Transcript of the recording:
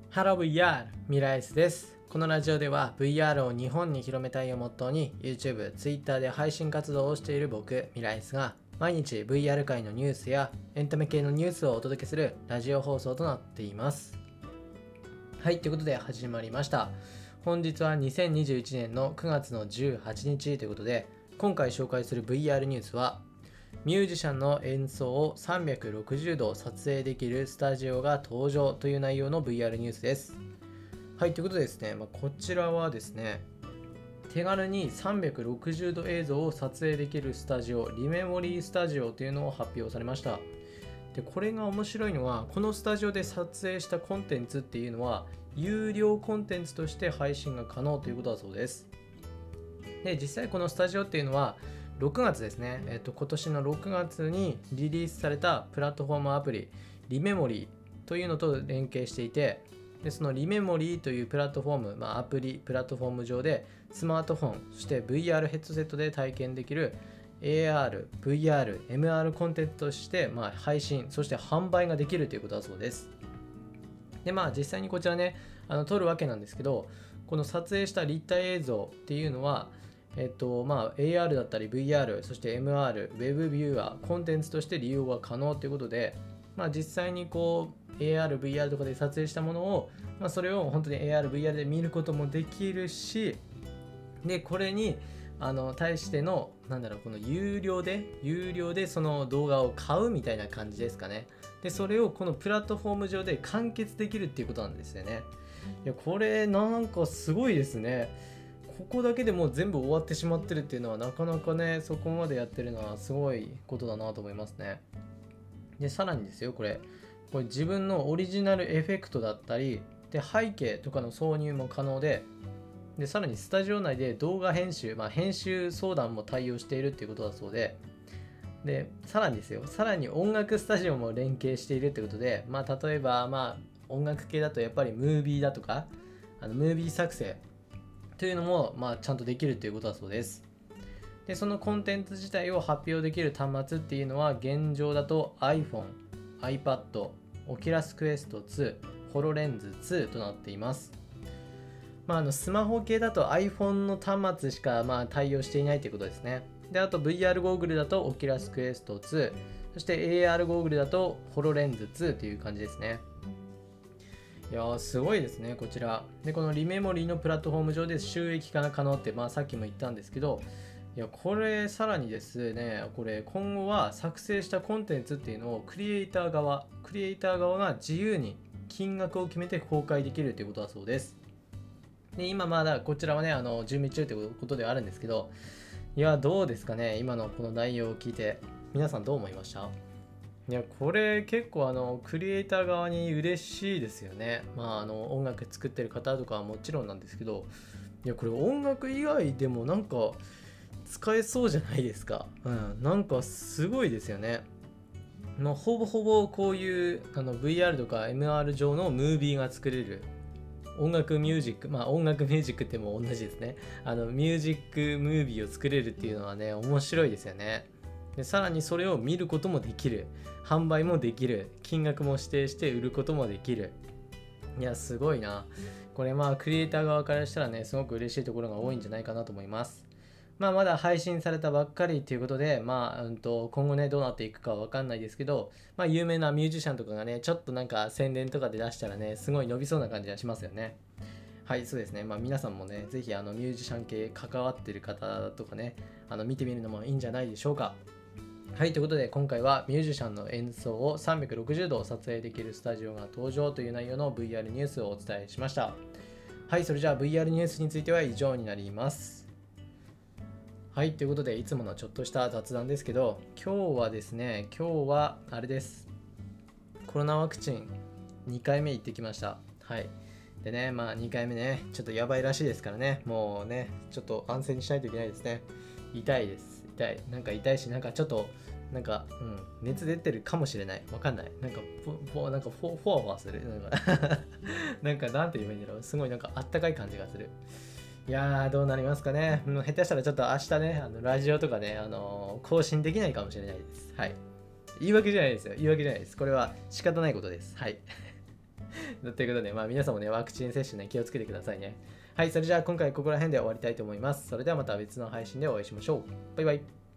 ハロー VR ミライスです。このラジオでは VR を日本に広めたいをモットーに YouTube、Twitter で配信活動をしている僕ミライスが毎日 VR 界のニュースやエンタメ系のニュースをお届けするラジオ放送となっています。はい、ということで始まりました。本日は2021年の9月の18日ということで、今回紹介する VR ニュースはミュージシャンの演奏を360度撮影できるスタジオが登場という内容の VR ニュースです。はい、ということでですね、こちらはですね、手軽に360度映像を撮影できるスタジオ、リメモリースタジオというのを発表されました。で、これが面白いのは、このスタジオで撮影したコンテンツっていうのは、有料コンテンツとして配信が可能ということだそうです。で、実際このスタジオっていうのは、6月ですね、今年の6月にリリースされたプラットフォームアプリリメモリーというのと連携していて、でそのリメモリーというプラットフォーム、アプリプラットフォーム上でスマートフォン、そして VR ヘッドセットで体験できる AR、VR、MR コンテンツとして、配信、そして販売ができるということだそうです。で、実際にこちらね、撮るわけなんですけど、この撮影した立体映像っていうのはAR だったり VR、そして MR、Web ビューアー、コンテンツとして利用が可能ということで、実際にAR、VR とかで撮影したものを、それを本当に AR、VR で見ることもできるし、で、これに対してのこの有料でその動画を買うみたいな感じですかね。で、それをこのプラットフォーム上で完結できるっていうことなんですよね。いや、これなんかすごいですね。ここだけでもう全部終わってしまってるっていうのはなかなかね、そこまでやってるのはすごいことだなと思いますね。で、さらにですよ、これ自分のオリジナルエフェクトだったりで背景とかの挿入も可能で、さらにスタジオ内で動画編集、編集相談も対応しているっていうことだそうで、さらにですよ、さらに音楽スタジオも連携しているってことで、例えば音楽系だとやっぱりムービーだとかムービー作成というのもちゃんとできるということだそうです。で、そのコンテンツ自体を発表できる端末っていうのは現状だと iPhone、iPad、Oculus Quest 2、HoloLens 2となっています。スマホ系だと iPhone の端末しか対応していないということですね。で、あと VR ゴーグルだと Oculus Quest 2、そして AR ゴーグルだと HoloLens 2という感じですね。いやー、すごいですね、こちら。で、このリメモリーのプラットフォーム上で収益化が可能って、さっきも言ったんですけど、いや、これさらにですね、これ今後は作成したコンテンツっていうのをクリエイター側が自由に金額を決めて公開できるということだそうです。で、今まだこちらはね、準備中ということではあるんですけど、いや、どうですかね、今のこの内容を聞いて、皆さんどう思いました？いや、これ結構クリエイター側に嬉しいですよね。音楽作ってる方とかはもちろんなんですけど、いや、これ音楽以外でもなんか使えそうじゃないですか。なんかすごいですよね。ほぼほぼこういうVR とか MR 上のムービーが作れる。音楽ミュージック、音楽ミュージックっても同じですね。ミュージックムービーを作れるっていうのはね、面白いですよね。で、さらにそれを見ることもできる、販売もできる、金額も指定して売ることもできる。いや、すごいな。これクリエイター側からしたらね、すごく嬉しいところが多いんじゃないかなと思います。まだ配信されたばっかりということで、今後ね、どうなっていくかは分かんないですけど、有名なミュージシャンとかがね、ちょっとなんか宣伝とかで出したらね、すごい伸びそうな感じがしますよね。はい、そうですね。皆さんもね、ぜひミュージシャン系関わってる方とかね、見てみるのもいいんじゃないでしょうか。はい、ということで今回はミュージシャンの演奏を360度撮影できるスタジオが登場という内容の VR ニュースをお伝えしました。はい、それじゃあ VR ニュースについては以上になります。はい、ということでいつものちょっとした雑談ですけど、今日はあれです。コロナワクチン2回目行ってきました。はい。でね、2回目ね、ちょっとやばいらしいですからね、もうね、ちょっと安静にしないといけないですね。痛いです。痛いし、ちょっと、熱出てるかもしれない。わかんない。フォワフォワする。なんて言えばいいんだろう。すごいあったかい感じがする。いやー、どうなりますかね。下手したらちょっと明日ね、ラジオとかね、更新できないかもしれないです。はい。言い訳じゃないですよ。これは仕方ないことです。はい。 ということで、まあ、皆さんもね、ワクチン接種ね、気をつけてくださいね。はい、それじゃあ今回ここら辺で終わりたいと思います。それではまた別の配信でお会いしましょう。バイバイ。